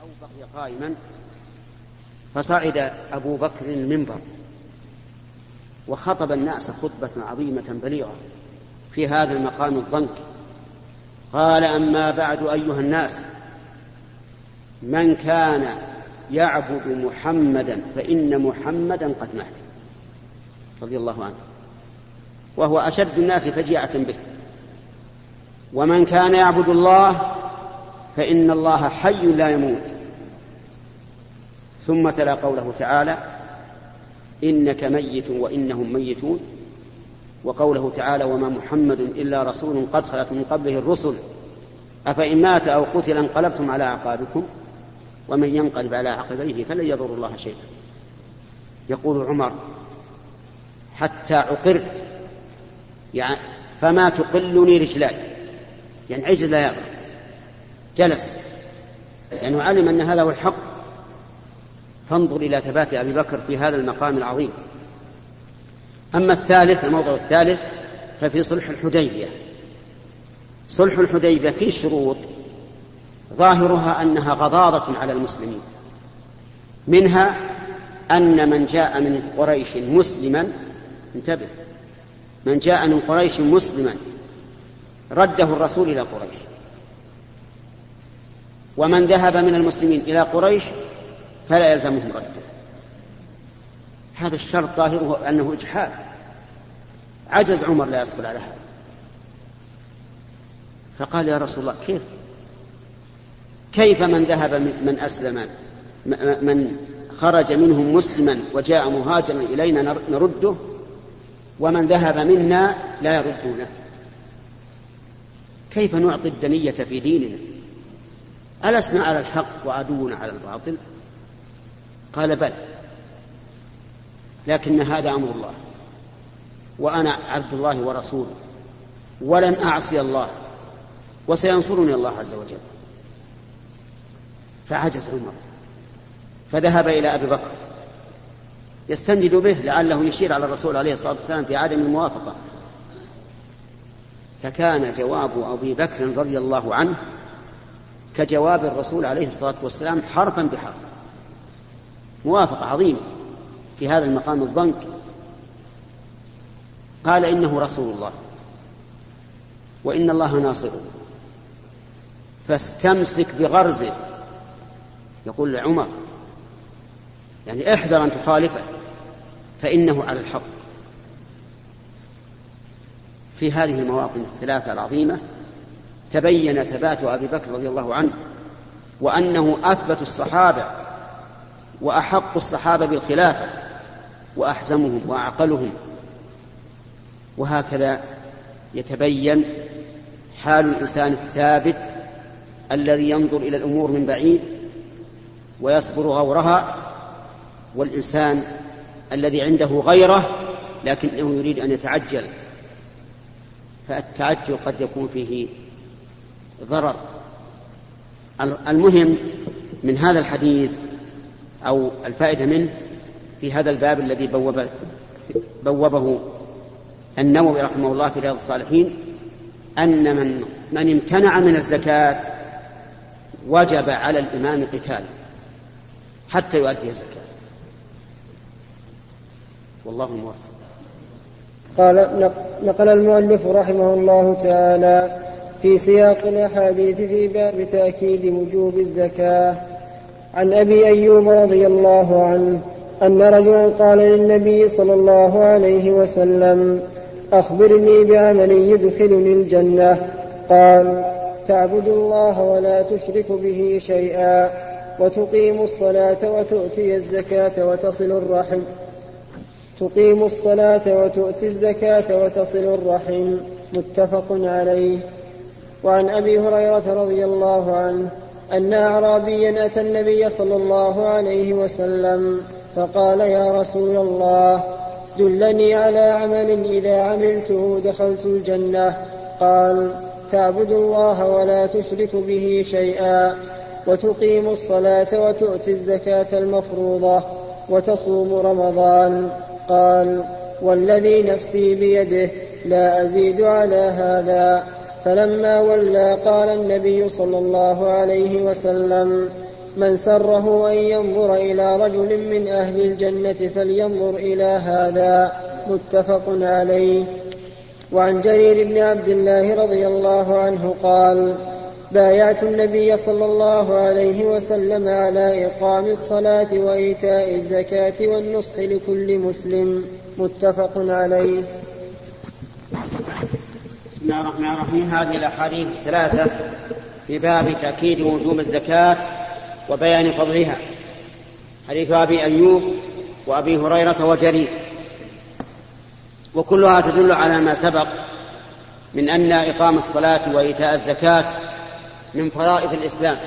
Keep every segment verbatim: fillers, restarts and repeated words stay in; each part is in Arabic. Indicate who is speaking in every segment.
Speaker 1: أو بقي قائما، فصعد أبو بكر المنبر وخطب الناس خطبة عظيمة بليغة في هذا المقام الضنك. قال: أما بعد أيها الناس، من كان يعبد محمدا فإن محمدا قد مات، رضي الله عنه، وهو أشد الناس فجيعة به. ومن كان يعبد الله فإن الله حي لا يموت. ثم تلا قوله تعالى: إنك ميت وإنهم ميتون. وقوله تعالى: وما محمد إلا رسول قد خلت من قبله الرسل أفإن مات أو قتل انقلبتم على أعقابكم ومن ينقلب على عقبيه فلن يضر الله شيئا. يقول عمر: حتى عقرت، يعني فما تقلني رجلاي، يعني عجز لا يضرب، جلس لأنه يعني علم أن هذا هو الحق. فانظر إلى ثبات أبي بكر في هذا المقام العظيم. أما الثالث، الموضع الثالث، ففي صلح الحديبية. صلح الحديبية فيه شروط ظاهرها أنها غضاضة على المسلمين، منها أن من جاء من قريش مسلما، انتبه، من جاء من قريش مسلما رده الرسول إلى قريش، ومن ذهب من المسلمين إلى قريش فلا يلزمهم رده. هذا الشرط ظاهره أنه إجحاف. عجز عمر لا يصبر على هذا، فقال: يا رسول الله، كيف كيف من ذهب من أسلم، من خرج منهم مسلما وجاء مهاجرا إلينا نرده، ومن ذهب منا لا يردونه؟ كيف نعطي الدنية في ديننا؟ ألسنا على الحق وعدونا على الباطل؟ قال: بل، لكن هذا أمر الله، وأنا عبد الله ورسوله، ولن أعصي الله، وسينصرني الله عز وجل. فعجز عمر، فذهب إلى أبي بكر يستنجد به لعله يشير على الرسول عليه الصلاة والسلام في عدم الموافقة. فكان جواب أبي بكر رضي الله عنه كجواب الرسول عليه الصلاة والسلام حرفا بحرف، موافقة عظيمة في هذا المقام الضنك. قال: إنه رسول الله وإن الله ناصره، فاستمسك بغرزه. يقول لعمر: يعني احذر أن تخالفه فإنه على الحق. في هذه المواطن الثلاثة العظيمة تبين ثبات أبي بكر رضي الله عنه، وأنه أثبت الصحابة وأحق الصحابة بالخلافة وأحزمهم وأعقلهم. وهكذا يتبين حال الإنسان الثابت الذي ينظر إلى الأمور من بعيد ويصبر غورها، والإنسان الذي عنده غيره لكنه يريد أن يتعجل، فالتعجل قد يكون فيه ضرر. المهم من هذا الحديث أو الفائدة منه في هذا الباب الذي بوبه, بوبه النووي رحمه الله في رياض الصالحين، أن من, من امتنع من الزكاة وجب على الإمام قتال حتى يؤدي الزكاة، والله موفق.
Speaker 2: قال نقل المؤلف رحمه الله تعالى في سياق الأحاديث في باب تأكيد وجوب الزكاة عن أبي أيوب رضي الله عنه أن رجلا قال للنبي صلى الله عليه وسلم: أخبرني بعمل يدخلني الجنة. قال: تعبد الله ولا تشرك به شيئا، وتقيم الصلاة وتؤتي الزكاة وتصل الرحم تقيم الصلاة وتؤتي الزكاة وتصل الرحم متفق عليه. وعن أبي هريرة رضي الله عنه أن أعرابيا أتى النبي صلى الله عليه وسلم فقال: يا رسول الله، دلني على عمل إذا عملته دخلت الجنة. قال: تعبد الله ولا تشرك به شيئا، وتقيم الصلاة وتؤتي الزكاة المفروضة، وتصوم رمضان. قال: والذي نفسي بيده لا أزيد على هذا. فلما ولى قال النبي صلى الله عليه وسلم: من سره أن ينظر إلى رجل من أهل الجنة فلينظر إلى هذا. متفق عليه. وعن جرير بن عبد الله رضي الله عنه قال: بايعت النبي صلى الله عليه وسلم على إقام الصلاة وإيتاء الزكاة والنصح لكل مسلم. متفق عليه.
Speaker 1: بسم الله الرحمن الرحيم. هذه الأحاديث الثلاثة في باب تأكيد وجوب الزكاة وبيان فضلها. حديث أبي أيوب وأبي هريرة وجرير، وكلها تدل على ما سبق من أن إقام الصلاة وإيتاء الزكاة من فرائض الإسلام.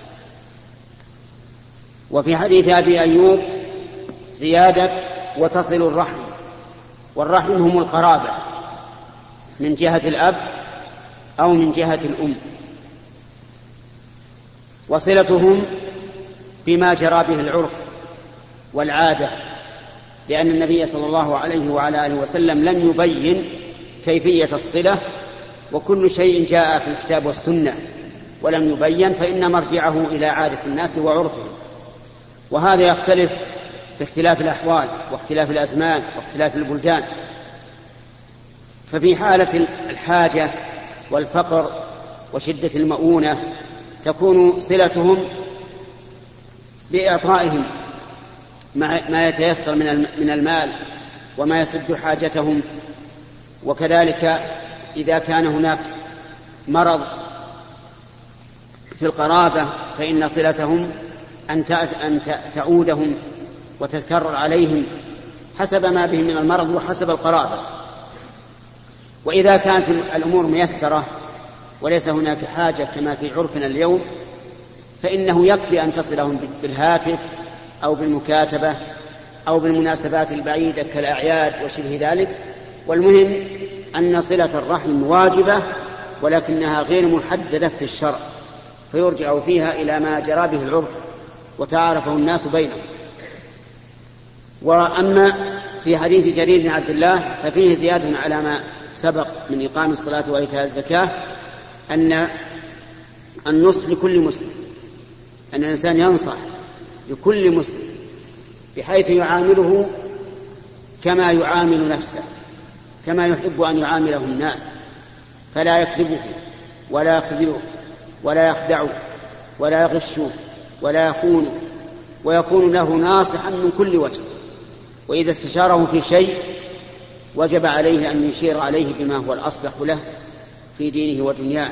Speaker 1: وفي حديث أبي أيوب زيادة: وتصل الرحم. والرحم هم القرابة من جهة الأب أو من جهة الأم، وصلتهم بما جرى به العرف والعادة، لأن النبي صلى الله عليه وعلى آله وسلم لم يبين كيفية الصلة، وكل شيء جاء في الكتاب والسنة ولم يبين فإن مرجعه إلى عادة الناس وعرفهم. وهذا يختلف باختلاف الأحوال واختلاف الأزمان واختلاف البلدان. ففي حالة الحاجة والفقر وشدة المؤونة تكون صلتهم بإعطائهم ما يتيسر من المال وما يسد حاجتهم. وكذلك إذا كان هناك مرض في القرابة فإن صلتهم أن تعودهم وتتكرر عليهم حسب ما بهم من المرض وحسب القرابة. وإذا كانت الأمور ميسرة وليس هناك حاجة كما في عرفنا اليوم فإنه يكفي أن تصلهم بالهاتف أو بالمكاتبة أو بالمناسبات البعيدة كالأعياد وشبه ذلك. والمهم أن صلة الرحم واجبة ولكنها غير محددة في الشرع، فيرجع فيها إلى ما جرى به العرف وتعارفه الناس بينهم. وأما في حديث جرير بن عبد الله ففيه زيادة على ما سبق من إقام الصلاة وإيتاء الزكاة، أن النصح لكل مسلم، أن الإنسان ينصح لكل مسلم بحيث يعامله كما يعامل نفسه، كما يحب أن يعامله الناس، فلا يكذبه ولا يخذله ولا يخدعه ولا يغشه ولا يخونه، ويكون له ناصحا من كل وجه. وإذا استشاره في شيء وجب عليه أن يشير عليه بما هو الأصلح له في دينه ودنياه.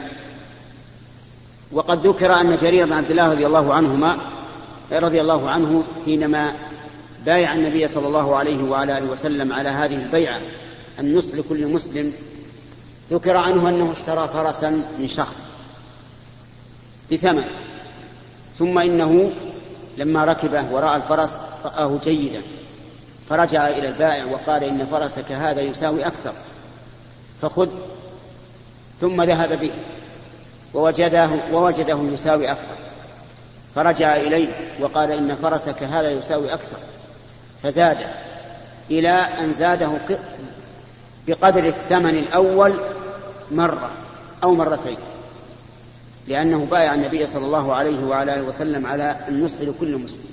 Speaker 1: وقد ذكر أن جرير بن عبد الله رضي الله عنهما رضي الله عنه حينما بايع النبي صلى الله عليه وعلى آله وسلم على هذه البيعة النصح لكل مسلم، ذكر عنه أنه اشترى فرسا من شخص بثمن، ثم إنه لما ركبه ورأى الفرس رآه جيدا فرجع إلى البائع وقال: إن فرسك هذا يساوي أكثر فخذ. ثم ذهب به ووجده, ووجده يساوي أكثر فرجع إليه وقال: إن فرسك هذا يساوي أكثر فزاد، إلى أن زاده بقدر الثمن الأول مرة أو مرتين، لأنه بايع النبي صلى الله عليه وعلى آله وسلم على النصح لكل مسلم.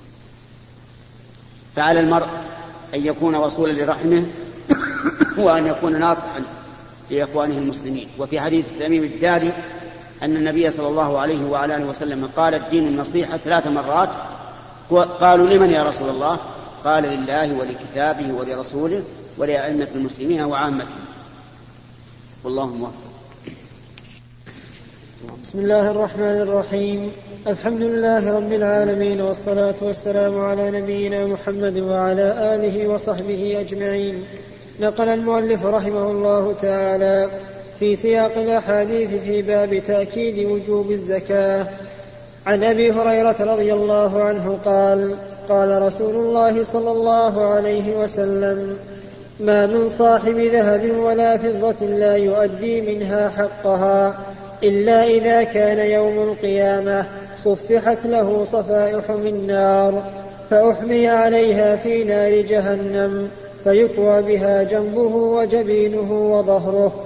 Speaker 1: فعلى المرء أن يكون وصولا لرحمه وأن يكون ناصحا لإخوانه المسلمين. وفي حديث تميم الداري أن النبي صلى الله عليه وعلى آله وسلم قال: الدين النصيحة ثلاث مرات. قالوا: لمن يا رسول الله؟ قال: لله ولكتابه ولرسوله ولأئمة المسلمين وعامتهم. والله موفق.
Speaker 2: بسم الله الرحمن الرحيم. الحمد لله رب العالمين، والصلاة والسلام على نبينا محمد وعلى آله وصحبه أجمعين. نقل المؤلف رحمه الله تعالى في سياق الأحاديث في باب تأكيد وجوب الزكاة عن أبي هريرة رضي الله عنه قال: قال رسول الله صلى الله عليه وسلم: ما من صاحب ذهب ولا فضة لا يؤدي منها حقها إلا إذا كان يوم القيامة صفحت له صفائح من نار فأحمي عليها في نار جهنم فيكوى بها جنبه وجبينه وظهره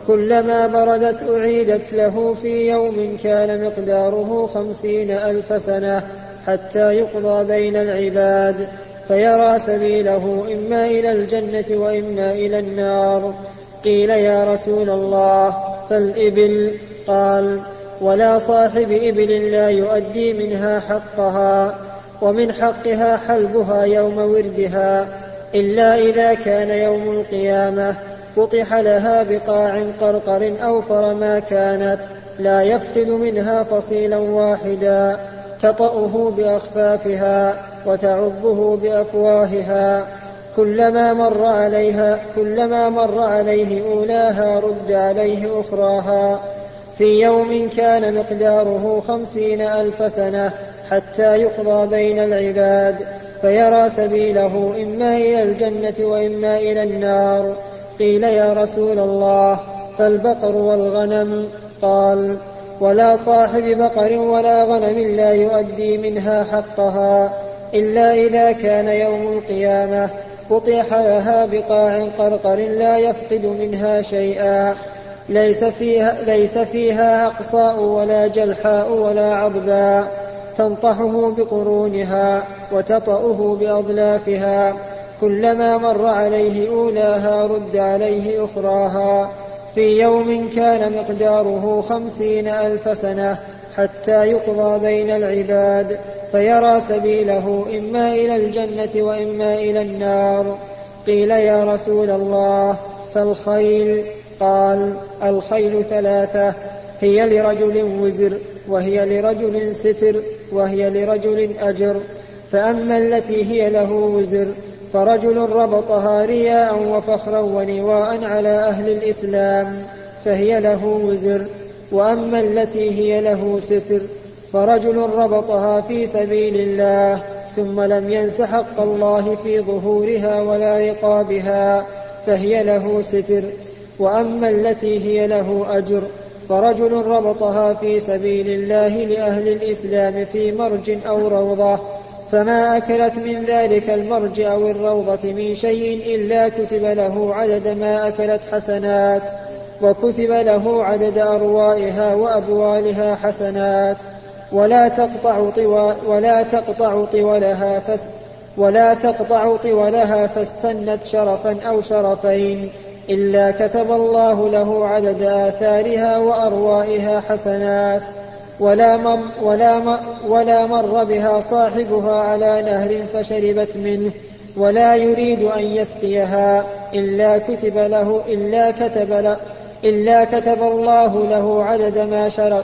Speaker 2: كلما بردت أعيدت له في يوم كان مقداره خمسين ألف سنة حتى يقضى بين العباد فيرى سبيله إما إلى الجنة وإما إلى النار. قيل يا رسول الله فالإبل؟ قال ولا صاحب إبل لا يؤدي منها حقها، ومن حقها حلبها يوم وردها، إلا إذا كان يوم القيامة قطح لها بقاع قرقر أوفر ما كانت لا يفقد منها فصيلا واحدا تطأه بأخفافها وتعضه بأفواهها، كلما مر عليها كلما مر عليه أولاها رد عليه أخراها، في يوم كان مقداره خمسين ألف سنة حتى يقضى بين العباد فيرى سبيله إما إلى الجنة وإما إلى النار. قيل يا رسول الله فالبقر والغنم؟ قال ولا صاحب بقر ولا غنم لا يؤدي منها حقها، إلا إذا كان يوم القيامة قطح لها بقاع قرقر لا يفقد منها شيئا، ليس فيها, ليس فيها أقصاء ولا جلحاء ولا عضباء، تنطحه بقرونها وتطأه بأضلافها، كلما مر عليه أولاها رد عليه أخراها، في يوم كان مقداره خمسين ألف سنة حتى يقضى بين العباد فيرى سبيله إما إلى الجنة وإما إلى النار. قيل يا رسول الله فالخيل؟ قال الخيل ثلاثة، هي لرجل وزر، وهي لرجل ستر، وهي لرجل أجر. فأما التي هي له وزر فرجل ربطها رياء وفخرا ونواء على أهل الإسلام فهي له وزر، وأما التي هي له ستر فرجل ربطها في سبيل الله ثم لم ينس حق الله في ظهورها ولا رقابها فهي له ستر، وأما التي هي له أجر فرجل ربطها في سبيل الله لأهل الإسلام في مرج أو روضة، فما أكلت من ذلك المرج أو الروضة من شيء إلا كتب له عدد ما أكلت حسنات، وكتب له عدد أروائها وأبوالها حسنات، ولا تقطع طوال ولا تقطع طولها فس ولا تقطع طولها فاستنت شرفا أو شرفين إلا كتب الله له عدد آثارها وأروائها حسنات، ولا مر, ولا, مر ولا مر بها صاحبها على نهر فشربت منه ولا يريد أن يسقيها إلا كتب له إلا كتب, له إلا كتب الله له عدد ما شرب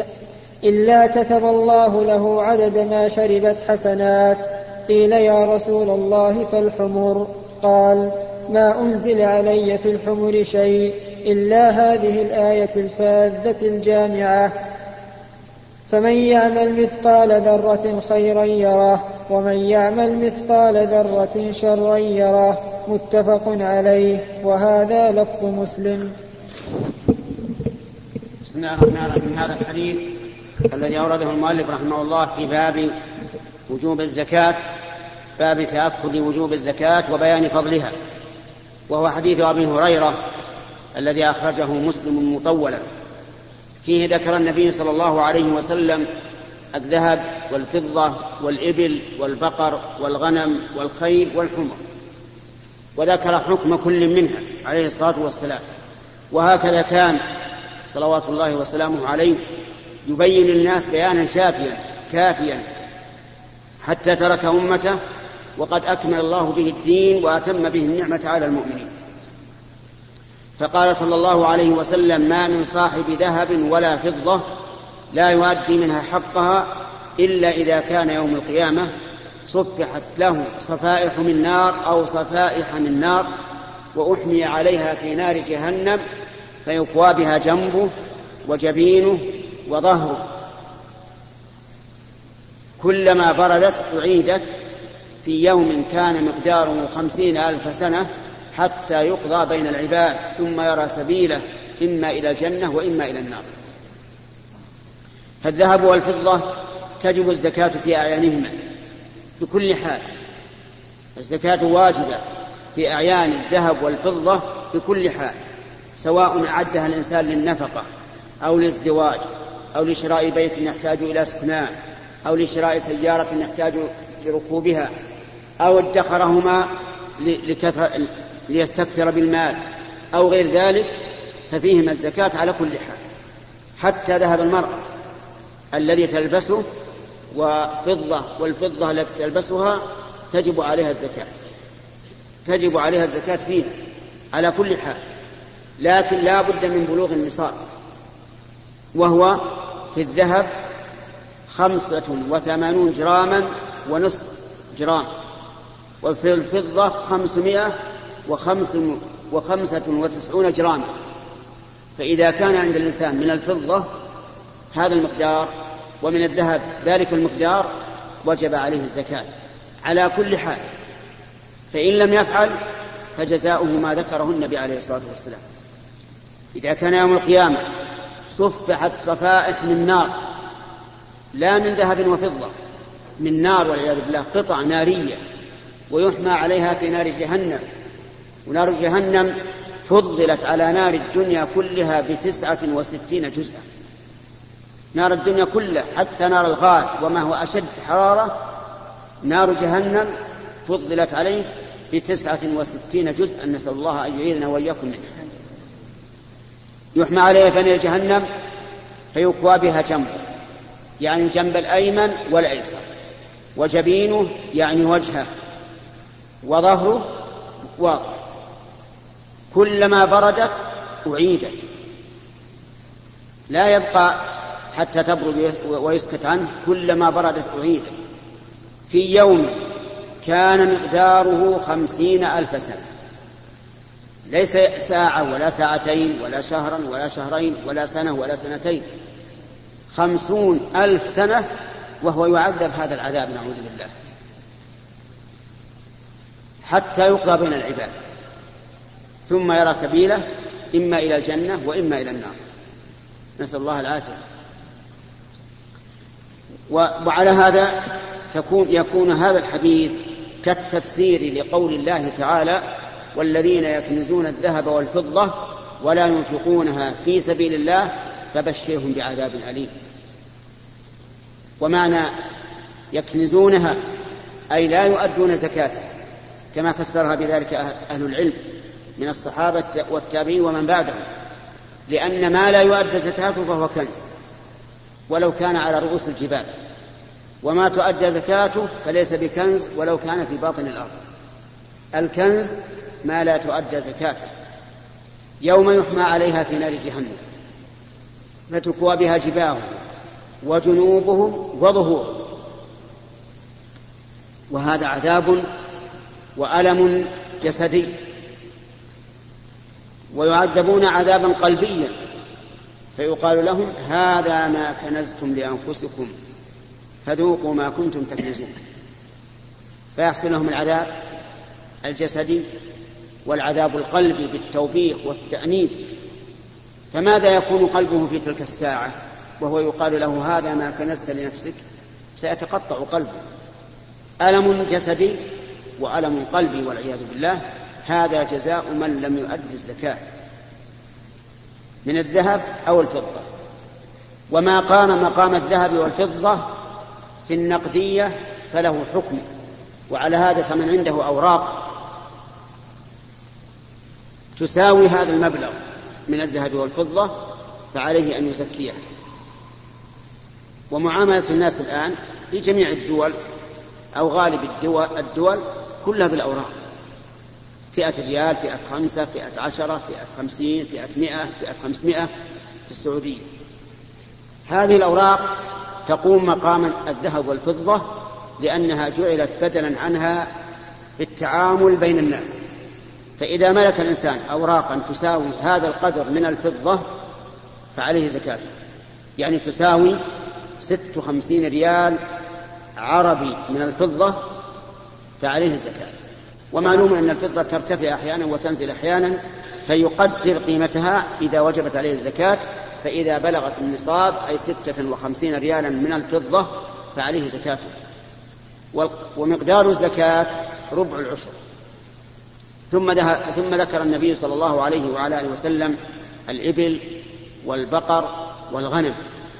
Speaker 2: إلا كتب الله له عدد ما شربت حسنات. قيل يا رسول الله فالحمر؟ قال ما أنزل علي في الحمر شيء إلا هذه الآية الفاذة الجامعة، فمن يعمل مثقال ذرة خيرا يره ومن يعمل مثقال ذرة شرا يره، متفق عليه، وهذا لفظ مسلم.
Speaker 1: بسم الله الرحمن الرحيم. هذا الحديث الذي أورده المؤلف رحمه الله في باب وجوب الزكاة، باب تأكد وجوب الزكاة وبيان فضلها، وهو حديث أبي هريرة الذي أخرجه مسلم مطولا، فيه ذكر النبي صلى الله عليه وسلم الذهب والفضة والإبل والبقر والغنم والخيل والحمر، وذكر حكم كل منها عليه الصلاة والسلام. وهكذا كان صلوات الله وسلامه عليه يبين للناس بيانا شافيا كافيا حتى ترك أمته وقد أكمل الله به الدين وأتم به النعمة على المؤمنين. فقال صلى الله عليه وسلم ما من صاحب ذهب ولا فضة لا يؤدي منها حقها إلا إذا كان يوم القيامة صفحت له صفائح من نار أو صفائح من نار وأحمي عليها في نار جهنم فيقوى بها جنبه وجبينه وظهره، كلما بردت أعيدت في يوم كان مقداره خمسين ألف سنة حتى يقضى بين العباد ثم يرى سبيله إما إلى الجنة وإما إلى النار. فالذهب والفضة تجب الزكاة في أعيانهما بكل حال، الزكاة واجبة في أعيان الذهب والفضة بكل حال، سواء أعدها الإنسان للنفقة أو للزواج أو لشراء بيت يحتاج إلى سكناه أو لشراء سيارة يحتاج لركوبها أو ادخرهما ليستكثر بالمال أو غير ذلك، ففيهما الزكاة على كل حال. حتى ذهب المرأة الذي تلبسه وفضة والفضة التي تلبسها تجب عليها الزكاة، تجب عليها الزكاة فيها على كل حال، لكن لا بد من بلوغ النصاب، وهو في الذهب خمسة وثمانون جراما ونصف جرام، وفي الفضة خمسمائة وخمس وخمسة وتسعون جراما. فإذا كان عند الإنسان من الفضة هذا المقدار ومن الذهب ذلك المقدار وجب عليه الزكاة على كل حال، فإن لم يفعل فجزاؤه ما ذكره النبي عليه الصلاة والسلام. إذا كان يوم القيامة صفحت صفائح من نار، لا من ذهب وفضة، من نار والعياذ بالله، قطع نارية، ويحمى عليها في نار جهنم، ونار جهنم فضلت على نار الدنيا كلها بتسعة وستين جزءا. نار الدنيا كلها حتى نار الغاز وما هو أشد حرارة، نار جهنم فضلت عليه بتسعة وستين جزءا، نسأل الله أن يعيذنا وإياكم منها. يحمى عليها في نار جهنم فيكوى بها جنبه، يعني الجنب الأيمن والأيسر، وجبينه يعني وجهه، وظهره واضح. كلما بردت أعيدت، لا يبقى حتى تبرد ويسكت عنه، كلما بردت أعيدت. في يوم كان مقداره خمسين ألف سنة، ليس ساعة ولا ساعتين ولا شهرا ولا شهرين ولا سنة ولا سنتين، خمسون ألف سنة وهو يعذب هذا العذاب، نعوذ بالله، حتى يقضى بين العباد، ثم يرى سبيله إما إلى الجنة وإما إلى النار، نسأل الله العافية. وعلى هذا تكون يكون هذا الحديث كالتفسير لقول الله تعالى: والذين يكنزون الذهب والفضة ولا ينفقونها في سبيل الله فبشرهم بعذاب أليم. ومعنى يكنزونها أي لا يؤدون زكاتها، كما فسرها بذلك أهل العلم من الصحابة والتابعين ومن بعدهم، لأن ما لا يؤدى زكاته فهو كنز ولو كان على رؤوس الجبال، وما تؤدى زكاته فليس بكنز ولو كان في باطن الأرض. الكنز ما لا تؤدى زكاته. يوم يحمى عليها في نار جهنم فتكوى بها جباههم وجنوبهم وظهورهم، وهذا عذاب وألم جسدي. ويعذبون عذابا قلبيا، فيقال لهم: هذا ما كنزتم لأنفسكم فذوقوا ما كنتم تكنزون. فيحصل لهم العذاب الجسدي والعذاب القلبي بالتوبيخ والتأنيب. فماذا يكون قلبه في تلك الساعة وهو يقال له: هذا ما كنزت لنفسك؟ سيتقطع قلبه، ألم جسدي وألم قلبي والعياذ بالله. هذا جزاء من لم يؤدي الزكاة من الذهب أو الفضة. وما قام مقام الذهب والفضة في النقدية فله حكم. وعلى هذا فمن عنده أوراق تساوي هذا المبلغ من الذهب والفضة فعليه أن يزكيها. ومعاملة الناس الآن في جميع الدول أو غالب الدول, الدول كلها بالأوراق، فئة ريال، فئة خمسة، فئة عشرة، فئة خمسين، فئة مئة، فئة خمسمائة في السعودية. هذه الأوراق تقوم مقام الذهب والفضة لأنها جعلت بدلا عنها في التعامل بين الناس. فإذا ملك الإنسان أوراقا تساوي هذا القدر من الفضة فعليه زكاته، يعني تساوي ست وخمسين ريال عربي من الفضة فعليه الزكاة. ومعلوم أن الفضة ترتفع أحيانا وتنزل أحيانا، فيقدر قيمتها إذا وجبت عليه الزكاة. فإذا بلغت النصاب أي ستة وخمسين ريالا من الفضة فعليه زكاته. ومقدار الزكاة ربع العشر، ثم, ثم ذكر النبي صلى الله عليه وعلى آله وسلم الإبل والبقر والغنم،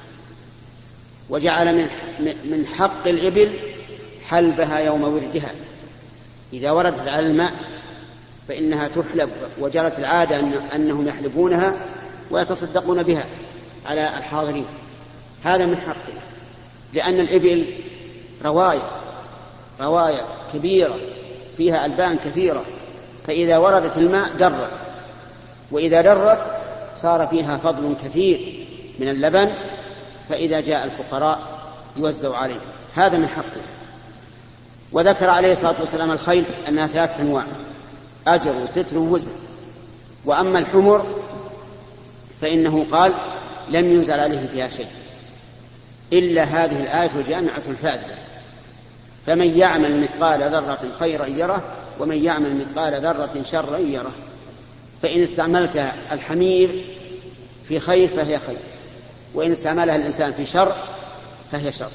Speaker 1: وجعل من حق الإبل حلبها يوم وردها، إذا وردت على الماء فإنها تحلب، وجرت العادة أنهم يحلبونها ويتصدقون بها على الحاضرين. هذا من حقه، لأن الإبل رواية رواية كبيرة فيها ألبان كثيرة، فإذا وردت الماء درت، وإذا درت صار فيها فضل كثير من اللبن، فإذا جاء الفقراء يوزع عليه. هذا من حقه. وذكر عليه الصلاة والسلام الخيل أنها ثلاثة أنواع: أجر وستر ووزر. وأما الحمر فإنه قال لم ينزل عليه فيها شيء إلا هذه الآية الجامعة الفاذة: فمن يعمل مثقال ذرة خيرا يره ومن يعمل مثقال ذرة شرا يره. فإن استعملت الحمير في خير فهي خير، وإن استعملها الإنسان في شر فهي شر.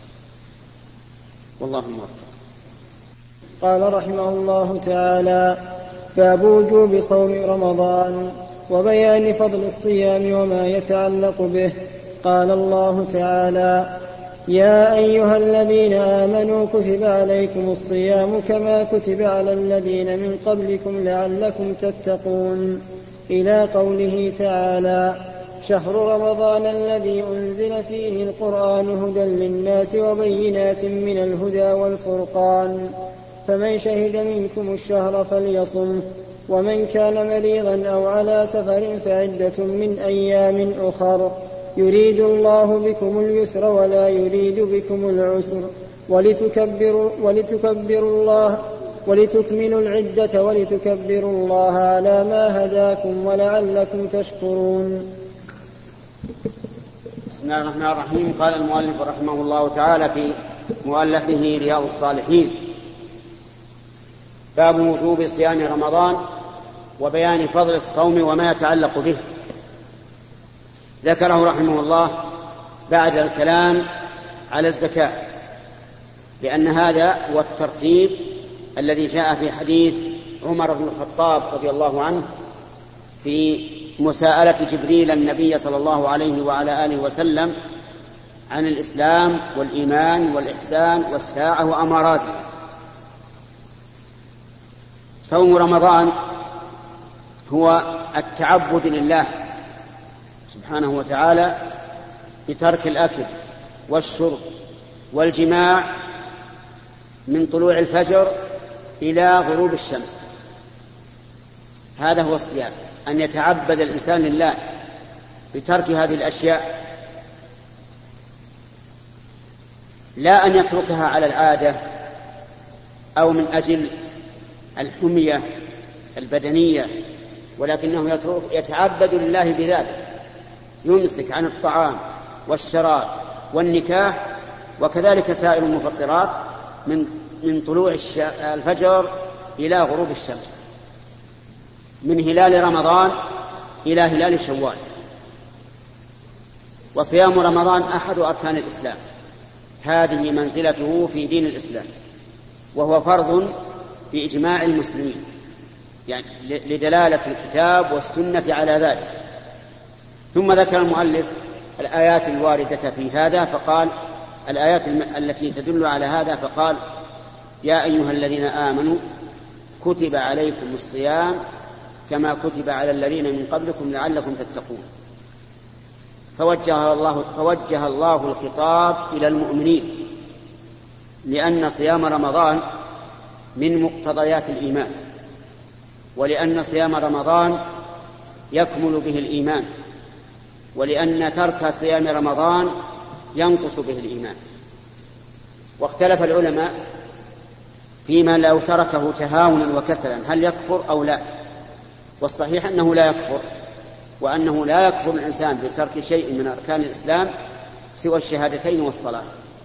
Speaker 1: والله موفق.
Speaker 2: قال رحمه الله تعالى: باب وجوب صوم رمضان وبيان فضل الصيام وما يتعلق به. قال الله تعالى: يا أيها الذين آمنوا كتب عليكم الصيام كما كتب على الذين من قبلكم لعلكم تتقون، إلى قوله تعالى: شهر رمضان الذي أنزل فيه القرآن هدى للناس وبينات من الهدى والفرقان، فمن شهد منكم الشهر فليصم، ومن كان مريضا أو على سفر فعدة من أيام أخر، يريد الله بكم اليسر ولا يريد بكم العسر، ولتكبروا, ولتكبروا الله ولتكملوا العدة ولتكبروا الله على ما هداكم ولعلكم تشكرون.
Speaker 1: بسم الله الرحمن الرحيم. قال المؤلف رحمه الله تعالى في مؤلفه رياض الصالحين: باب وجوب صيام رمضان وبيان فضل الصوم وما يتعلق به. ذكره رحمه الله بعد الكلام على الزكاة، لأن هذا هو الترتيب الذي جاء في حديث عمر بن الخطاب رضي الله عنه في مساءلة جبريل النبي صلى الله عليه وعلى آله وسلم عن الإسلام والإيمان والإحسان والساعة وأماراته. صوم رمضان هو التعبد لله سبحانه وتعالى بترك الأكل والشرب والجماع من طلوع الفجر إلى غروب الشمس. هذا هو الصيام، أن يتعبد الإنسان لله بترك هذه الأشياء، لا أن يتركها على العادة أو من أجل الحمية البدنية، ولكنه يتعبد لله بذلك، يمسك عن الطعام والشراب والنكاح وكذلك سائر المفطرات من من طلوع الفجر إلى غروب الشمس، من هلال رمضان إلى هلال شوال. وصيام رمضان أحد أركان الإسلام، هذه منزلته في دين الإسلام، وهو فرض بإجماع المسلمين، يعني لدلالة الكتاب والسنة على ذلك. ثم ذكر المؤلف الآيات الواردة في هذا، فقال الآيات التي تدل على هذا، فقال: يا أيها الذين آمنوا كتب عليكم الصيام كما كتب على الذين من قبلكم لعلكم تتقون. فوجه الله, فوجه الله الخطاب إلى المؤمنين، لأن صيام رمضان من مقتضيات الإيمان، ولأن صيام رمضان يكمل به الإيمان، ولأن ترك صيام رمضان ينقص به الإيمان. واختلف العلماء فيما لو تركه تهاونا وكسلا هل يكفر أو لا، والصحيح أنه لا يكفر، وأنه لا يكفر الإنسان بترك شيء من أركان الإسلام سوى الشهادتين والصلاة.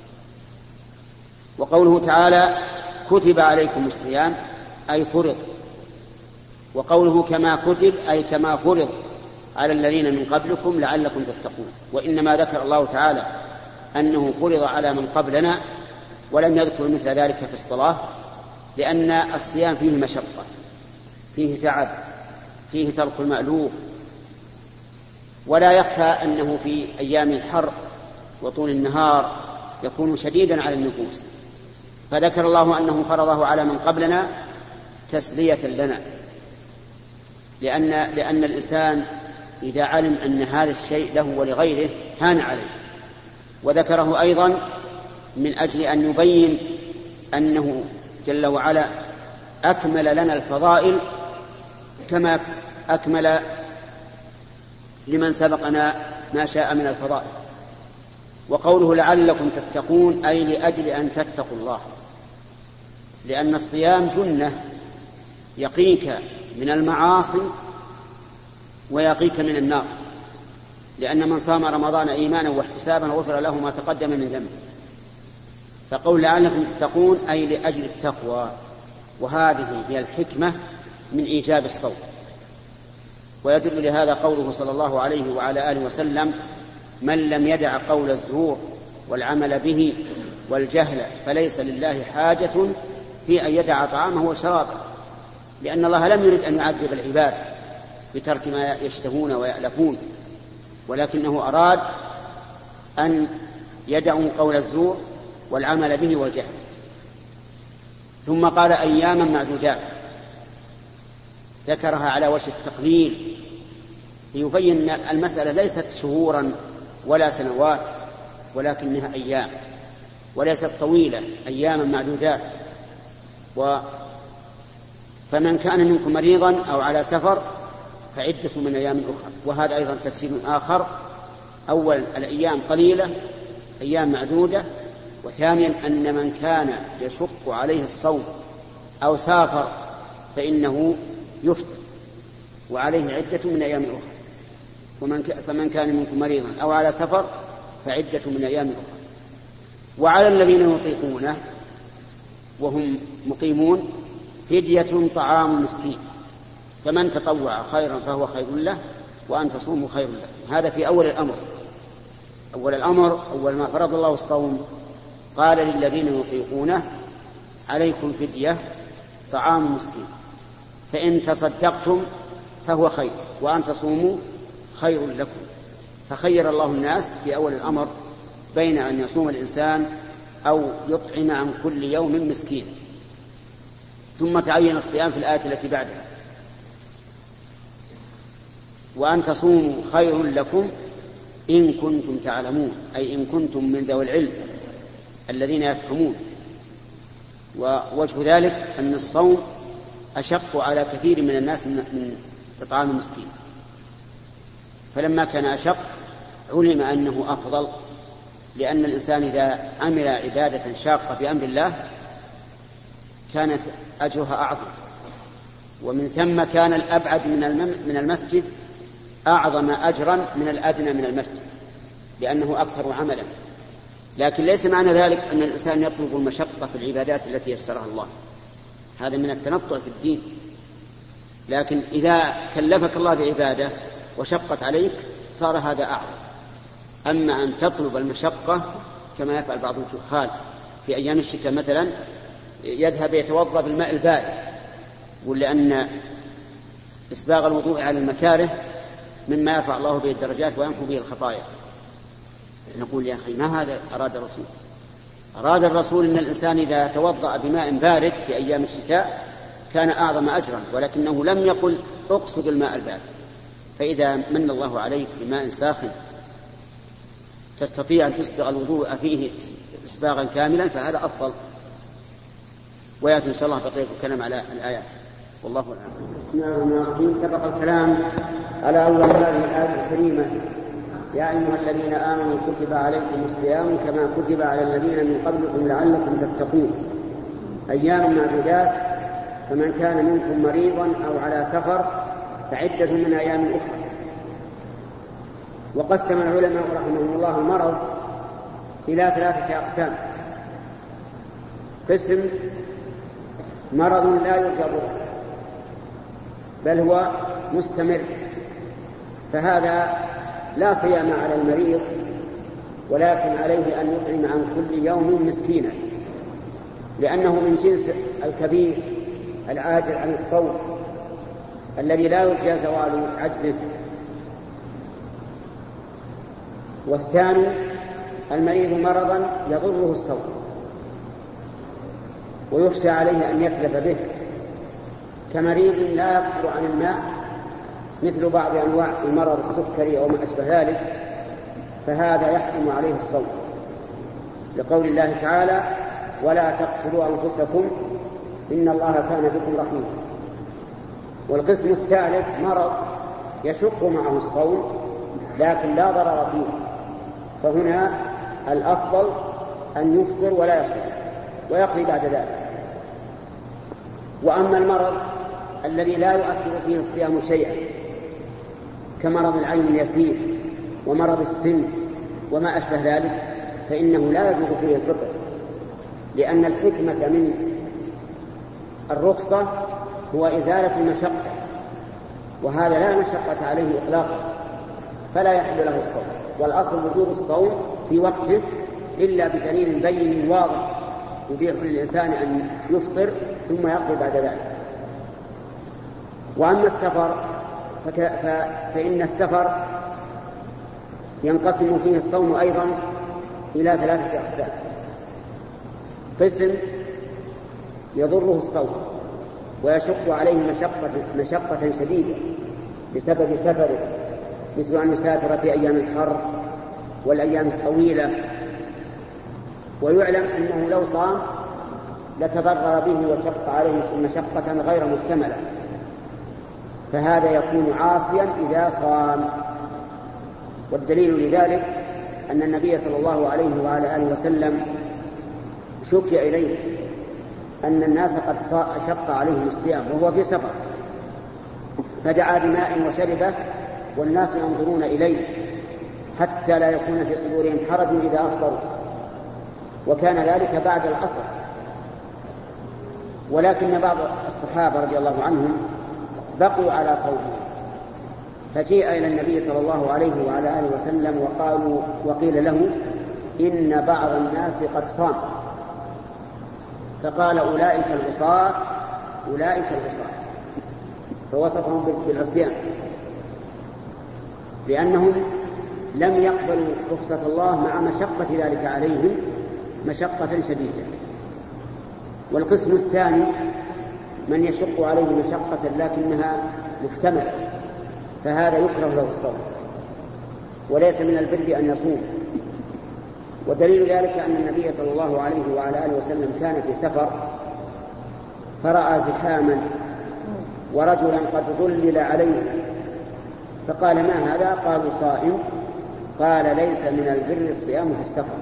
Speaker 1: وقوله تعالى: كتب عليكم الصيام أي فرض، وقوله كما كتب أي كما فرض على الذين من قبلكم لعلكم تتقون. وإنما ذكر الله تعالى أنه فرض على من قبلنا ولم يذكر مثل ذلك في الصلاة، لأن الصيام فيه مشقة، فيه تعب، فيه ترك المألوف، ولا يخفى أنه في أيام الحر وطول النهار يكون شديدا على النفوس، فذكر الله أنه فرضه على من قبلنا تسلية لنا، لأن, لأن الإنسان إذا علم أن هذا الشيء له ولغيره هان عليه. وذكره أيضا من أجل أن يبين أنه جل وعلا أكمل لنا الفضائل كما أكمل لمن سبقنا ما شاء من الفضائل. وقوله لعلكم تتقون أي لأجل أن تتقوا الله، لأن الصيام جنة يقيك من المعاصي ويقيك من النار، لأن من صام رمضان إيمانا واحتسابا غفر له ما تقدم من ذنبه. فقول لعلكم تتقون أي لأجل التقوى، وهذه هي الحكمة من إيجاب الصوم. ويدل لهذا قوله صلى الله عليه وعلى آله وسلم: من لم يدع قول الزور والعمل به والجهل فليس لله حاجة في أن يدع طعامه وشرابه، لأن الله لم يرد أن يعذب العباد بترك ما يشتهون ويألفون، ولكنه أراد أن يدعوا قول الزور والعمل به والجهل. ثم قال أياما معدودات، ذكرها على وجه التقليل ليبين أن المسألة ليست شهورا ولا سنوات، ولكنها أيام، وليست طويلة، أياما معدودات. و فمن كان منكم مريضا أو على سفر فعدة من أيام أخرى. وهذا أيضا تفسير آخر: أول الأيام قليلة، أيام معدودة. وثانيا أن من كان يشق عليه الصوم أو سافر فإنه يفطر وعليه عدة من أيام أخرى. ومن ك... فمن كان منكم مريضا أو على سفر فعدة من أيام أخرى. وعلى الذين يطيقونه وهم مقيمون فدية طعام مسكين، فمن تطوع خيرا فهو خير له وأن تصوموا خير له. هذا في أول الأمر. أول الأمر أول ما فرض الله الصوم قال للذين يطيقونه: عليكم فدية طعام مسكين، فإن تصدقتم فهو خير وأن تصوموا خير لكم. فخير الله الناس في أول الأمر بين أن يصوم الإنسان أو يطعم عن كل يوم مسكين. ثم تعين الصيام في الآية التي بعدها: وأن تصوموا خير لكم إن كنتم تعلمون، أي إن كنتم من ذوي العلم الذين يفهمون. ووجه ذلك أن الصوم أشق على كثير من الناس من إطعام المسكين، فلما كان أشق علم أنه أفضل، لأن الإنسان إذا عمل عبادة شاقة بأمر الله كانت أجرها أعظم، ومن ثم كان الأبعد من المسجد أعظم أجرا من الأدنى من المسجد، لأنه أكثر عملا. لكن ليس معنى ذلك أن الإنسان يطلب المشقة في العبادات التي يسرها الله، هذا من التنطع في الدين. لكن إذا كلفك الله بعبادة وشقت عليك صار هذا أعظم. أما أن تطلب المشقة كما يفعل بعض الجهال في أيام الشتاء مثلا، يذهب يتوضأ بالماء البارد، ولأن إسباغ الوضوء على المكاره مما يرفع الله به الدرجات ويمحو به الخطايا. نقول: يا أخي ما هذا أراد الرسول؟ أراد الرسول أن الإنسان إذا توضأ بماء بارد في أيام الشتاء كان أعظم أجرا، ولكنه لم يقل اقصد الماء البارد. فإذا من الله عليك بماء ساخن تستطيع أن تسبغ الوضوء فيه إسباغا كاملا فهذا أفضل. ويأتي إن شاء الله بقية الكلام على الآيات، والله أعلم. بسم الله الرحمن الرحيم. سبق الكلام على أول هذه الآية الكريمة: يا أيها الذين آمنوا كتب عليكم الصيام كما كتب على الذين من قبلكم لعلكم تتقون أيام معدودات، فمن كان منكم مريضا أو على سفر فعدة من أيام أخرى. وقسم العلماء رحمهم الله المرض إلى ثلاثة أقسام: قسم مرض لا يجبر بل هو مستمر، فهذا لا صيام على المريض، ولكن عليه أن يطعم عن كل يوم مسكينا، لأنه من جنس الكبير العاجز عن الصوم الذي لا يرجى زوال عجزه. والثاني المريض مرضا يضره الصوم ويخشى عليه أن يكذب به، كمريض لا يصبر عن الماء مثل بعض أنواع المرض السكري أو ما أشبه ذلك، فهذا يحرم عليه الصوم، لقول الله تعالى: ولا تقتلوا أنفسكم إن الله كان بكم رحيما. والقسم الثالث مرض يشق معه الصوم لكن لا ضرر فيه، فهنا الأفضل أن يفطر ولا يصوم ويقضي بعد ذلك. وأما المرض الذي لا يؤثر فيه الصيام شيئا كمرض العين اليسير ومرض السن وما أشبه ذلك، فإنه لا يجوز فيه الفطر، لأن الحكمة من الرخصة هو إزالة المشقة، وهذا لا مشقة عليه إطلاقا، فلا يحل له الصوم. والأصل وجوب الصوم في وقته إلا بدليل بين واضح يبيح للإنسان أن يفطر ثم يقضي بعد ذلك. وأما السفر فإن السفر ينقسم فيه الصوم أيضا إلى ثلاثة أقسام: قسم يضره الصوم ويشق عليه مشقة, مشقة شديدة بسبب سفره، مثل أن يسافر في أيام الحر والأيام الطويلة، ويعلم أنه لو صام لتضرر به وشق عليه مشقة غير محتملة، فهذا يكون عاصيا إذا صام. والدليل لذلك أن النبي صلى الله عليه وعلى آله وسلم شكي إليه أن الناس قد شق عليهم الصيام وهو في سفر، فدعا بماء وشربه والناس ينظرون إليه حتى لا يكون في صدورهم حرج إذا أفطروا، وكان ذلك بعد العصر. ولكن بعض الصحابة رضي الله عنهم بقوا على صومهم، فجيء إلى النبي صلى الله عليه وعلى آله وسلم وقالوا وقيل له إن بعض الناس قد صام، فقال: أولئك العصاة أولئك العصاة، فوصفهم بالعصيان، لأنهم لم يقبلوا رخصة الله مع مشقة ذلك عليهم مشقة شديدة. والقسم الثاني من يشق عليه مشقة لكنها محتملة، فهذا يكره له الصوم وليس من البر أن يصوم. ودليل ذلك أن النبي صلى الله عليه وعلى آله وسلم كان في سفر فرأى زحاما ورجلا قد ظلل عليه، فقال: ما هذا؟ قالوا: صائم. قال: ليس من البر الصيام في السفر.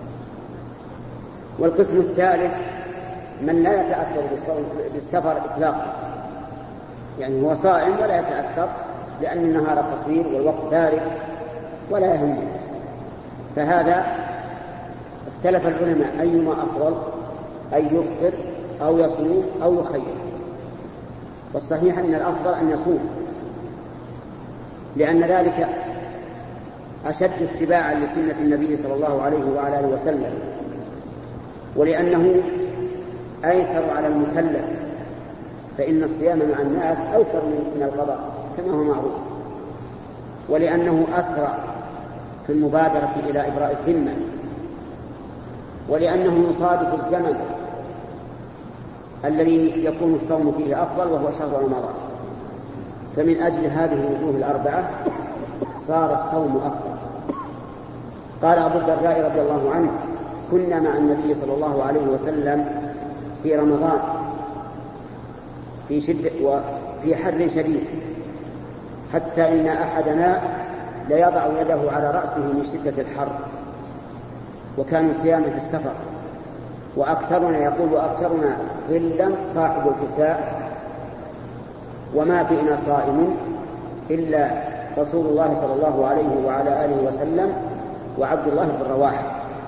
Speaker 1: والقسم الثالث من لا يتأثر بالسفر إطلاقا، يعني هو صائم ولا يتأثر لأن النهار قصير والوقت بارد ولا يهمه، فهذا اختلف العلماء أيما أفضل، أن يفطر أو يصوم أو يخير. والصحيح أن الأفضل أن يصوم، لأن ذلك أشد اتباعا لسنة النبي صلى الله عليه وعلى آله وسلم، ولأنه أيسر على المكلف، فإن الصيام مع الناس أيسر من القضاء كما هو معروف، ولأنه أسرع في المبادرة إلى إبراء الذمة، ولأنه يصادف الزمن الذي يكون الصوم فيه أفضل وهو شهر رمضان. فمن أجل هذه الوجوه الأربعة صار الصوم أفضل. قال أبو الدرداء رضي الله عنه: كنا مع النبي صلى الله عليه وسلم في رمضان في شدة وفي حر شديد، حتى إن أحدنا ليضع يده على رأسه من شدة الحر، وكان صياما في السفر. وأكثرنا يقول وأكثرنا ظلا صاحب الكساء، وما فينا صائم إلا رسول الله صلى الله عليه وعلى آله وسلم وعبد الله بن رواحة.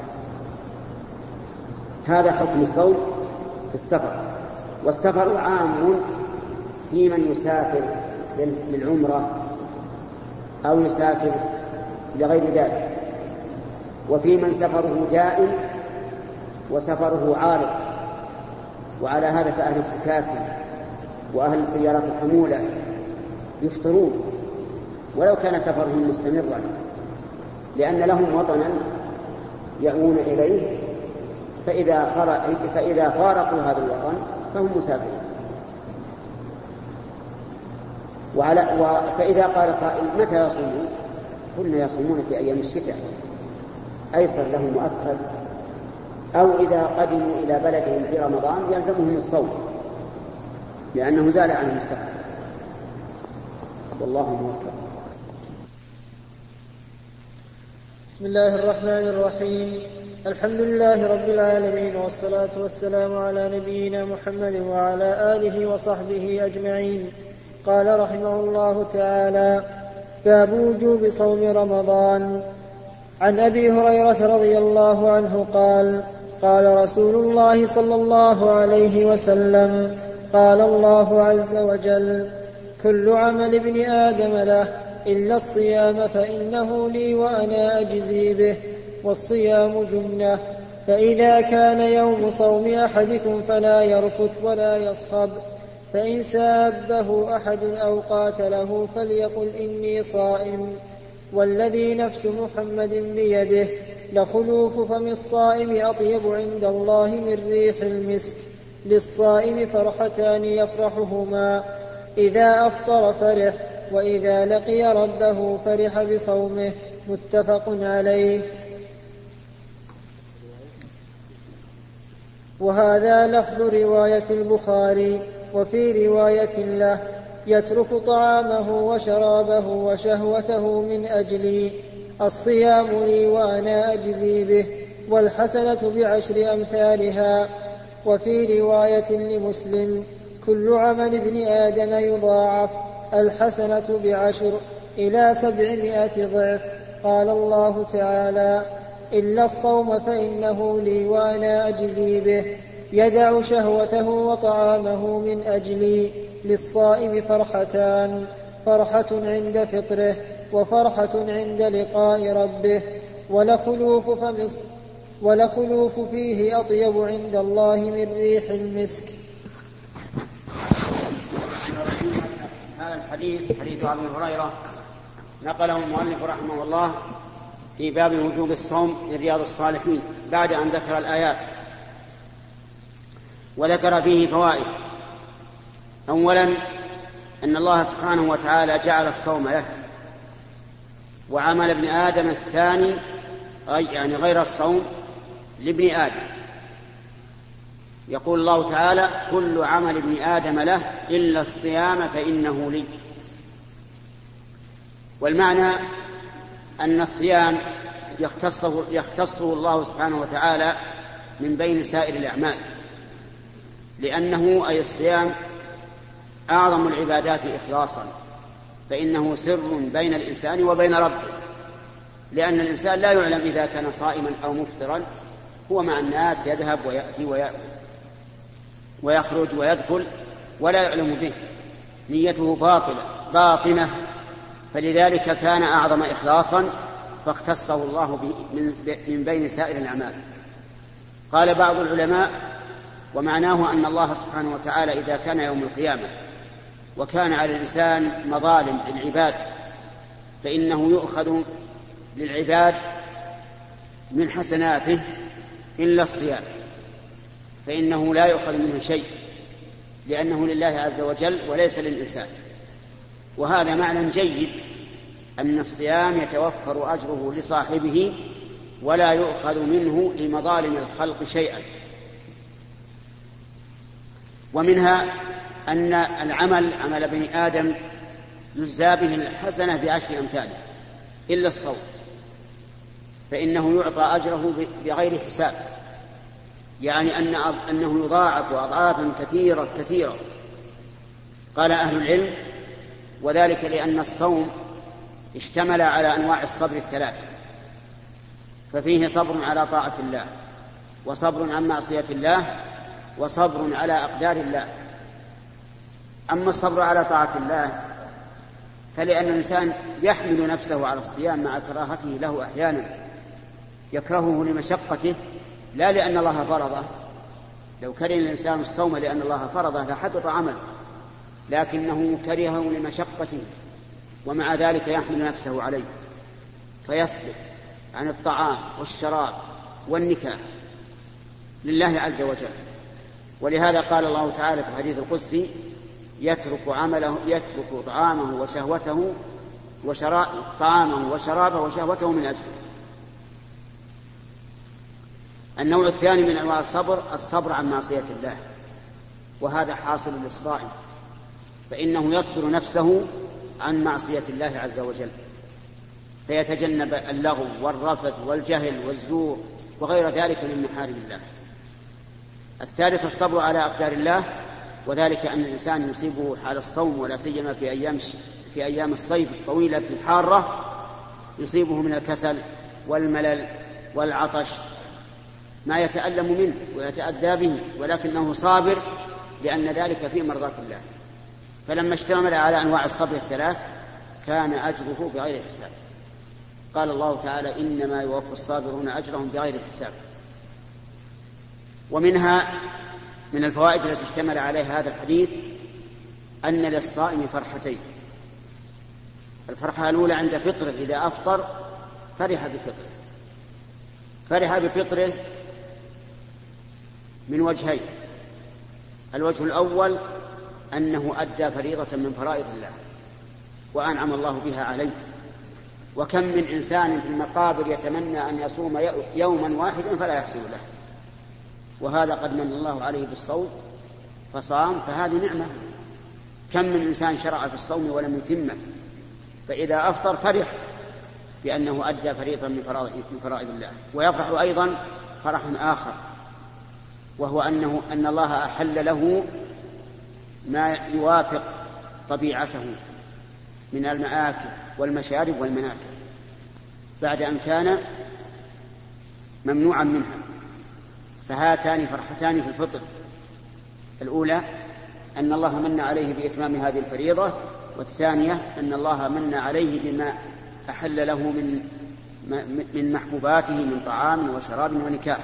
Speaker 1: هذا حكم الصوم في السفر. والسفر عام في من يسافر للعمرة أو يسافر لغير ذلك، وفي من سفره دائم وسفره عارض. وعلى هذا فأهل التكاسي وأهل سيارات الحمولة يفطرون ولو كان سفرهم مستمرا، لأن لهم وطنا يأوون إليه، فإذا, فإذا فارقوا هذا الوطن فهم مسافرون. وعلى فإذا قال قائل متى يصومون؟ قلنا يصومون في أيام الشتاء، أيسر لهم وأسهل، أو إذا قدموا إلى بلدهم في رمضان يلزمهم الصوم لأنه زال عنهم السفر. والله موفق.
Speaker 2: بسم الله الرحمن الرحيم. الحمد لله رب العالمين، والصلاة والسلام على نبينا محمد وعلى آله وصحبه أجمعين. قال رحمه الله تعالى: باب وجوب صوم رمضان. عن أبي هريرة رضي الله عنه قال: قال رسول الله صلى الله عليه وسلم: قال الله عز وجل: كل عمل ابن آدم له إلا الصيام فإنه لي وأنا أجزي به، والصيام جنة، فإذا كان يوم صوم أحدكم فلا يرفث ولا يصخب، فإن سابه أحد أو قاتله فليقل إني صائم، والذي نفس محمد بيده لخلوف فم الصائم أطيب عند الله من ريح المسك. للصائم فرحتان يفرحهما: إذا أفطر فرح، وإذا لقي ربه فرح بصومه. متفق عليه. وهذا لفظ رواية البخاري. وفي رواية له: يترك طعامه وشرابه وشهوته من أجلي، الصيام لي وأنا أجزي به، والحسنة بعشر أمثالها. وفي رواية لمسلم: كل عمل ابن آدم يضاعف، الحسنة بعشر إلى سبعمائة ضعف. قال الله تعالى: إلا الصوم فإنه لي وأنا أجزي به، يدع شهوته وطعامه من أجلي. للصائم فرحتان: فرحة عند فطره، وفرحة عند لقاء ربه، ولخلوف فم ولخلوف فيه أطيب عند الله من ريح المسك.
Speaker 1: هذا الحديث حديث أبي هريرة نقله المؤلف رحمه الله في باب وجوب الصوم من رياض الصالحين، بعد أن ذكر الآيات وذكر فيه فوائد. أولا أن الله سبحانه وتعالى جعل الصوم له، وعمل ابن آدم الثاني يعني غير الصوم لابن آدم. يقول الله تعالى: كل عمل ابن آدم له إلا الصيام فإنه لي. والمعنى أن الصيام يختصه, يختصه الله سبحانه وتعالى من بين سائر الأعمال، لأنه أي الصيام أعظم العبادات إخلاصا، فإنه سر بين الإنسان وبين ربه، لأن الإنسان لا يعلم إذا كان صائما أو مفطرا، هو مع الناس يذهب ويأتي ويأكل ويخرج ويدخل ولا يعلم به، نيته باطلة باطنة، فلذلك كان أعظم إخلاصا فاختصه الله من بين سائر الأعمال. قال بعض العلماء: ومعناه أن الله سبحانه وتعالى إذا كان يوم القيامة وكان على الإنسان مظالم للعباد، فإنه يؤخذ للعباد من حسناته إلا الصيام، فإنه لا يؤخذ منه شيء، لأنه لله عز وجل وليس للإنسان. وهذا معنى جيد، أن الصيام يتوفر أجره لصاحبه ولا يؤخذ منه لمظالم الخلق شيئا. ومنها أن العمل عمل ابن آدم يجزى به الحسنة بعشر أمثاله إلا الصوم، فإنه يعطى أجره بغير حساب، يعني أن أنه يضاعف أضعافا كثيرة كثيرة. قال أهل العلم: وذلك لأن الصوم اشتمل على أنواع الصبر الثلاث، ففيه صبر على طاعة الله، وصبر عن معصية الله، وصبر على أقدار الله. أما الصبر على طاعة الله فلأن الإنسان يحمل نفسه على الصيام مع كراهته له أحيانا، يكرهه لمشقته لا لأن الله فرضه. لو كره الإنسان الصوم لأن الله فرضه لحبط عمله، لكنه كرهه لمشقته، ومع ذلك يحمل نفسه عليه فيصبر عن الطعام والشراب والنكاح لله عز وجل. ولهذا قال الله تعالى في الحديث القدسي: يترك عمله يترك طعامه وشهوته وشرا... طعامه وشرابه وشهوته من أجله. النوع الثاني من أنواع الصبر الصبر عن معصية الله، وهذا حاصل للصائم، فإنه يصبر نفسه عن معصية الله عز وجل، فيتجنب اللغو والرفث والجهل والزور وغير ذلك من محارم الله. الثالث الصبر على أقدار الله، وذلك أن الإنسان يصيبه حال الصوم، ولا سيما في أيام في أيام الصيف الطويلة في الحارة، يصيبه من الكسل والملل والعطش ما يتألم منه ويتأذى به، ولكنه صابر لأن ذلك في مرضاة الله. فلما اشتمل على أنواع الصبر الثلاث كان أجره بغير حساب. قال الله تعالى: إنما يوفى الصابرون أجرهم بغير حساب. ومنها من الفوائد التي اشتمل عليها هذا الحديث أن للصائم فرحتين: الفرحة الأولى عند فطره، إذا أفطر فرح بفطره فرح بفطره من وجهين: الوجه الأول أنه أدى فريضة من فرائض الله وأنعم الله بها عليه. وكم من إنسان في المقابر يتمنى أن يصوم يوما واحدا فلا يحصل له، وهذا قد من الله عليه بالصوم فصام، فهذه نعمة. كم من إنسان شرع في الصوم ولم يتمه، فإذا أفطر فرح بأنه أدى فريضة من فرائض الله. ويفرح أيضا فرح آخر، وهو أنه أن الله أحل له ما يوافق طبيعته من المآكل والمشارب والمناكل بعد أن كان ممنوعا منها. فهاتان فرحتان في الفطر: الأولى أن الله من عليه بإتمام هذه الفريضة، والثانية أن الله من عليه بما أحل له من من محبوباته من طعام وشراب ونكاح.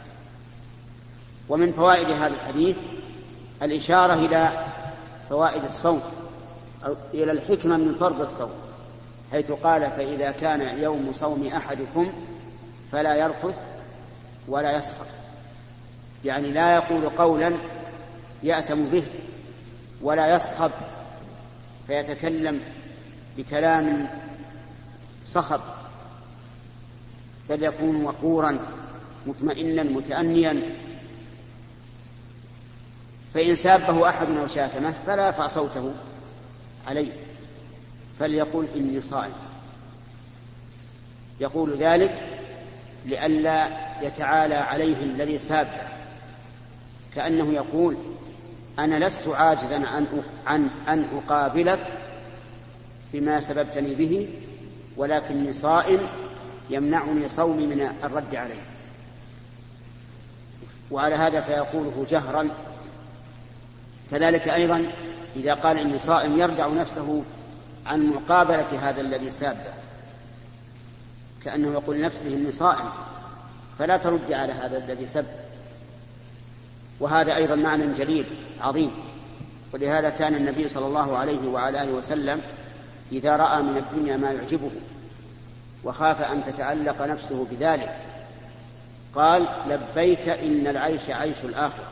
Speaker 1: ومن فوائد هذا الحديث الإشارة إلى فوائد الصوم، أو إلى الحكمة من فرض الصوم، حيث قال: فإذا كان يوم صوم أحدكم فلا يرفث ولا يسخط، يعني لا يقول قولا يأثم به، ولا يصخب فيتكلم بكلام صخب، بل يكون وقورا مطمئنا متأنيا. فإن سابه أحد أو شاتمه فلا يرفع صوته عليه، فليقول: إني صائم. يقول ذلك لئلا يتعالى عليه الذي سابه، كأنه يقول: أنا لست عاجزا عن أن أقابلك بما سببتني به، ولكني صائم يمنعني صومي من الرد عليه. وعلى هذا فيقوله جهرا. كذلك أيضا إذا قال إني صائم يردع نفسه عن مقابلة هذا الذي سابه، كأنه يقول لنفسه إني صائم، فلا ترد على هذا الذي سب. وهذا أيضا معنى جليل عظيم. ولهذا كان النبي صلى الله عليه وعلى آله وسلم إذا رأى من الدنيا ما يعجبه وخاف أن تتعلق نفسه بذلك قال: لبيك إن العيش عيش الآخرة.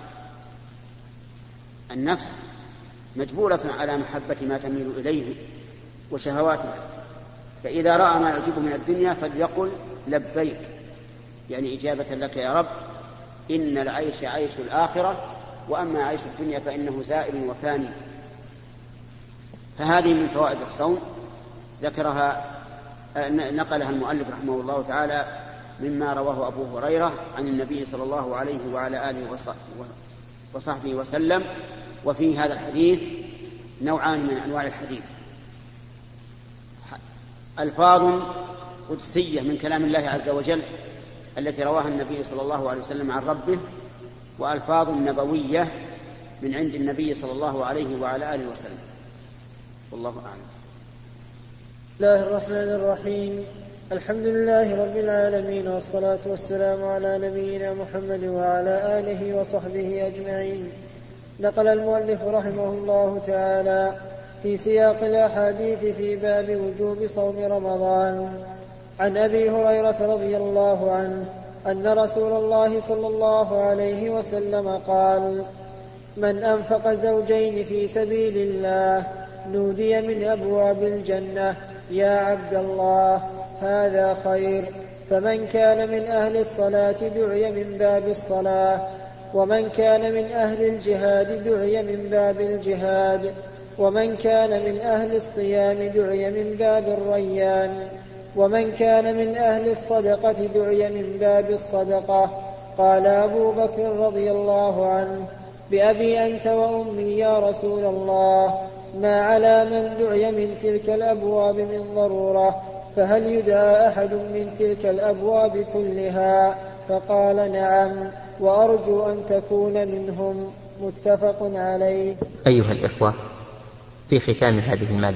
Speaker 1: النفس مجبولة على محبة ما تميل إليه وشهواتها، فإذا رأى ما يعجبه من الدنيا فليقل: لبيك، يعني إجابة لك يا رب، إن العيش عيش الآخرة، وأما عيش الدنيا فإنه زائل وفاني. فهذه من فوائد الصوم ذكرها نقلها المؤلف رحمه الله تعالى مما رواه أبو هريرة عن النبي صلى الله عليه وعلى آله وصحبه وسلم. وفي هذا الحديث نوعان من أنواع الحديث: ألفاظ قدسية من كلام الله عز وجل التي رواها النبي صلى الله عليه وسلم عن ربه، وألفاظ نبوية من عند النبي صلى الله عليه وعلى آله وسلم. والله أعلم.
Speaker 2: بسم الله الرحمن الرحيم. الحمد لله رب العالمين، والصلاة والسلام على نبينا محمد وعلى آله وصحبه أجمعين. نقل المؤلف رحمه الله تعالى في سياق الأحاديث في باب وجوب صوم رمضان عن أبي هريرة رضي الله عنه أن رسول الله صلى الله عليه وسلم قال: من أنفق زوجين في سبيل الله نودي من أبواب الجنة: يا عبد الله هذا خير. فمن كان من أهل الصلاة دعي من باب الصلاة، ومن كان من أهل الجهاد دعي من باب الجهاد، ومن كان من أهل الصيام دعي من باب الريان، ومن كان من أهل الصدقة دعي من باب الصدقة. قال أبو بكر رضي الله عنه: بأبي أنت وأمي يا رسول الله، ما على من دعي من تلك الأبواب من ضرورة، فهل يدعى أحد من تلك الأبواب كلها؟ فقال: نعم، وأرجو أن تكون منهم. متفق عليه.
Speaker 3: أيها الإخوة، في ختام هذه المادة